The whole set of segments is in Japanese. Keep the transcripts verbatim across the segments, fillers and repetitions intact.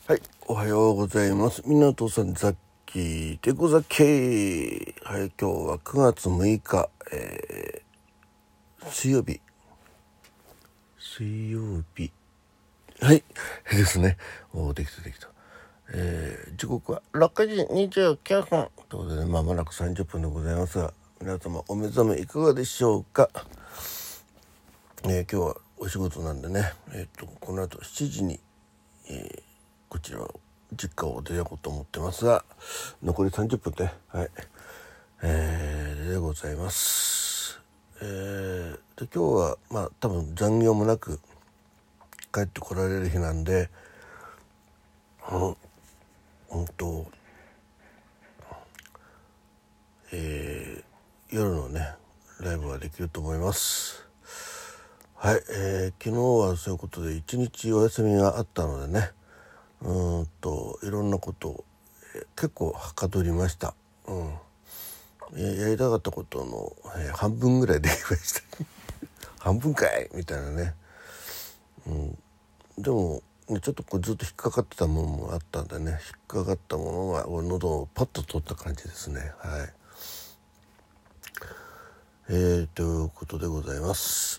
はい、おはようございます。みなとさんザッキーでござけ。はい、今日はくがつむいか、えー、水曜日。水曜日。はい、ですね。おできたできた。えー、時刻はろくじにじゅうきゅうふんということで、まもなくさんじゅっぷんでございますが、皆様お目覚めいかがでしょうか。えー、今日はお仕事なんでね、えー、とこの後しちじに、えー、こちらを実家を出ようと思ってますが、残りさんじゅっぷんで、はい、えー、でございます。えー、で今日はまあ多分残業もなく帰ってこられる日なんで、うん、うんと、えー、夜のねライブができると思います。はい、えー、昨日はそういうことで一日お休みがあったのでね、うーんといろんなことを、えー、結構はかどりました。うん、やりたかったことの、えー、半分ぐらいできました半分かいみたいなね、うん、でもちょっとこうずっと引っかかってたものもあったんでね、引っかかったものが喉をパッと取った感じですね。はい、えー、ということでございます。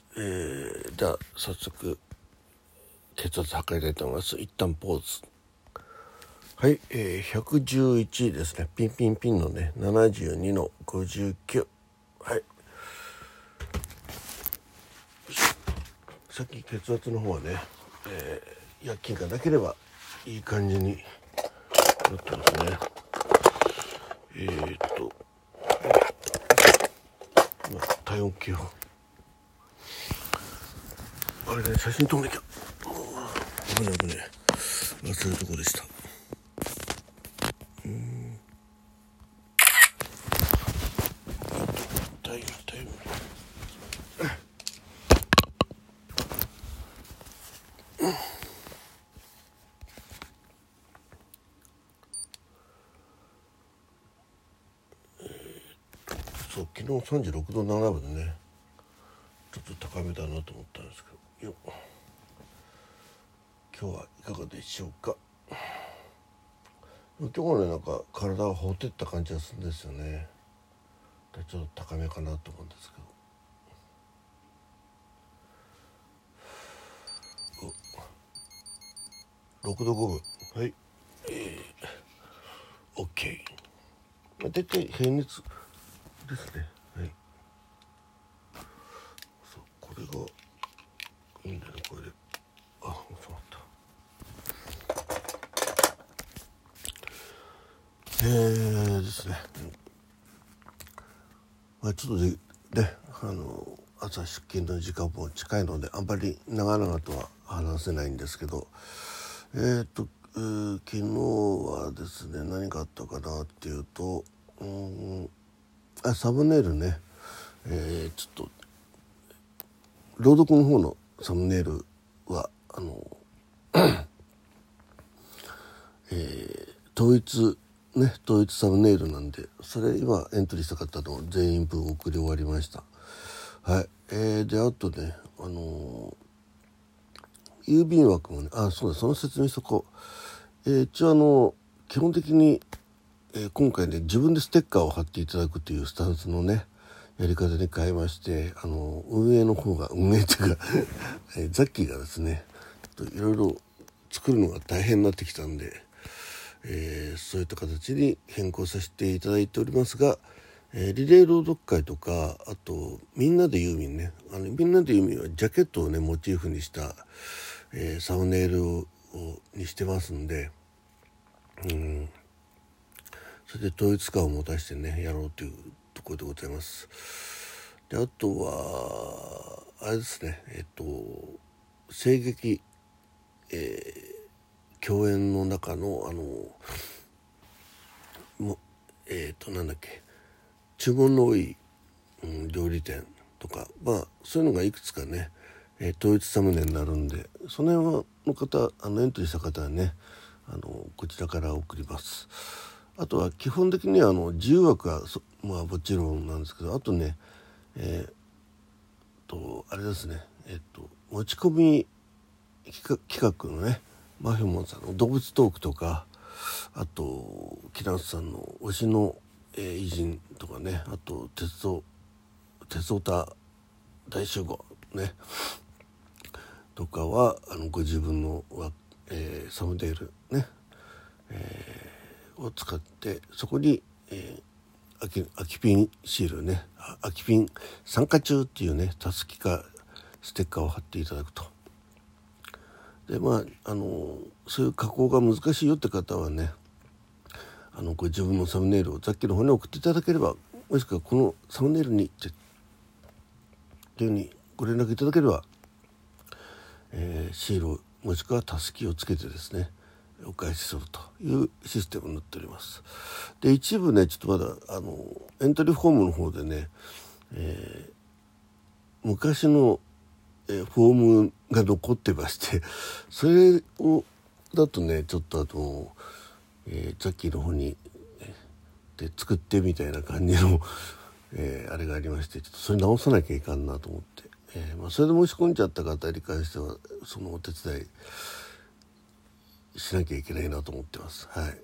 えー、じゃあ早速血圧測りたいと思います。一旦ポーズ。はい、えー、ひゃくじゅういちですね。ピンピンピンのね、ななじゅうにのごじゅうきゅう。はい、さっき血圧の方はね、えー、薬品がなければいい感じになってますね。えー、っと今体温計をあれね、写真撮んなきゃ。危ない危ない、忘れるとこでした。うーん体温体温そう、昨日さんじゅうろくどななぶでね、ちょっと高めだなと思ったんですけど、よ今日はいかがでしょうか。今日はね、なんか体がほてった感じがするんですよね。ちょっと高めかなと思うんですけど、ろくどごぶ、はい、えー、OK。だいたい平熱ですね。はい、そう、これがいいんだよね、これで。あ、収まった。えーですね、まあ、ちょっとでね、あの朝出勤の時間も近いのであんまり長々とは話せないんですけど、えーと、えー、昨日はですね、何があったかなっていうと、うーんあサムネイルね、えー、ちょっと朗読の方のサムネイルはあの、えー、統一ね、統一サムネイルなんで、それ今エントリーした方の全員分送り終わりました。はい、えー、であとね、あのー、郵便枠もね、あ、そうだ、その説明しとこう。えー、一応あの基本的に、えー、今回ね、自分でステッカーを貼っていただくというスタンスのねやり方に変えまして、あの運営の方が運営というかえー、ザッキーがですね、いろいろ作るのが大変になってきたんで、えー、そういった形に変更させていただいておりますが、えー、リレー朗読会とか、あとみんなでユーミンね、あのみんなでユーミンはジャケットをねモチーフにした、えー、サムネイルをにしてますんで、うん、それで統一感を持たせてねやろうというところでございます。であとはあれですね、えっと声劇、えー、共演の中のあのもえっとなんだっけ、注文の多い、うん、料理店とか、まあそういうのがいくつかね、えー、統一サムネになるんで、その辺の方、あのエントリーした方はね、あのこちらから送ります。あとは基本的にはあの自由枠はまあもちろんなんですけど、あとね、えー、とあれですね、えっ、ー、と持ち込み企画のね、 マフィモンさんの動物トークとか、あと木梨さんの推しの、えー、偉人とかね、あと鉄道鉄オタ大集合ねとかはあのご自分の、えー、サムネイルね、えー、を使ってそこに、えー、空き、空きピンシールね、空きピン参加中っていうねたすきかステッカーを貼っていただくと。でまああのそういう加工が難しいよって方はね、あのご自分のサムネイルをザッキーの方に送っていただければ、もしくはこのサムネイルにっていうふうにご連絡いただければ、えー、シールをもしくはたすきをつけてですねお返しするというシステムになっております。で一部ねちょっとまだあのエントリーフォームの方でね、えー、昔のえフォームが残ってまして、それをだとねちょっとあと、えー、ザッキーの方にで作ってみたいな感じの、えー、あれがありまして、ちょっとそれ直さなきゃいかんなと思って、えーまあ、それで申し込んじゃった方に関してはそのお手伝いしなきゃいけないなと思ってます。はい。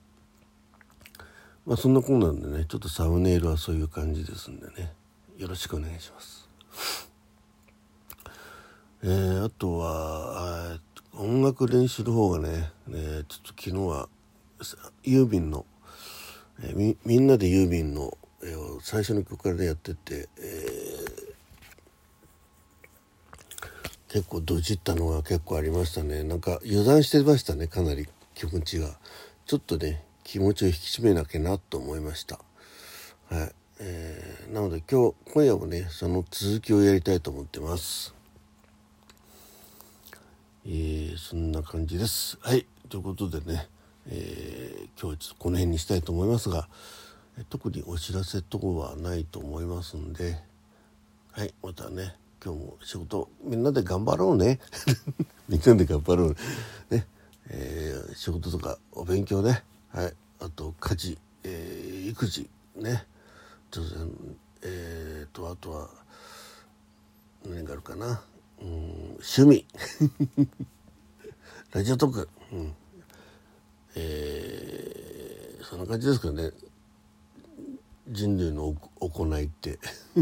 まあそんなこんなんでね、ちょっとサムネイルはそういう感じですんでね、よろしくお願いします。えー、あとは音楽練習の方がね、えー、ちょっと昨日はユーミンの、えー、み, みんなでユーミンの、えー、最初の曲からやってて、えー、結構ドジったのが結構ありましたね。なんか油断してましたね、かなり気持ちが。ちょっとね気持ちを引き締めなきゃなと思いました。はい。えー、なので今日今夜もねその続きをやりたいと思ってます。えー、そんな感じです。はい、ということでね、えー、今日はちょっとこの辺にしたいと思いますが、特にお知らせ等はないと思いますんで、はい、またね今日も仕事みんなで頑張ろうねみんなで頑張ろうね、えー、仕事とかお勉強ね、はい、あと家事、えー、育児ね、ちょっとえーとあとは何があるかな、うん、趣味ラジオトーク、うん、えー、そんな感じですけどね、人類の行いって、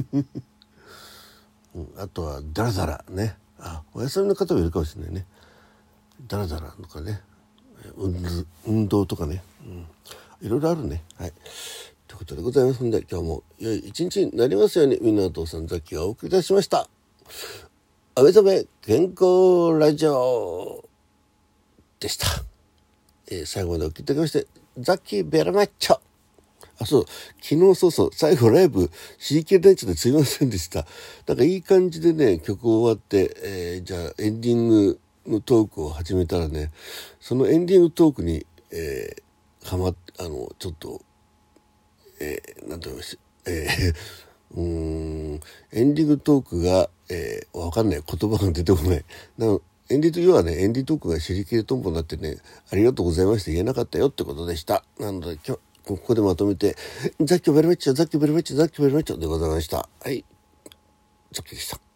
うん、あとはダラダラね、あお休みの方もいるかもしれないね、ダラダラとかね、運, 運動とかね、うん、いろいろあるね。はいということでございますので、今日も良い一日になりますように、みんなお父さんザッキーがお送りいたしました。あめざめ健康ラジオでした。えー、最後までお聞きいただきましてザッキーベラマッチョ。あ、そう昨日そうそう最後ライブ シーケー ナイトですいませんでした。なんかいい感じでね曲終わって、えー、じゃあエンディングのトークを始めたらね、そのエンディングトークに、えー、はまっあのちょっと、えー、なんて言いましえー、うーんエンディングトークが、えー、わかんない言葉が出てこない。なのエンディー要はねエンディートークが尻切れトンボになってね、ありがとうございました言えなかったよってことでした。なので今日ここでまとめてザッキーベルメッチョザッキーベルメッチョザッキーベルメッチョでございました。はい、ザッキーでした。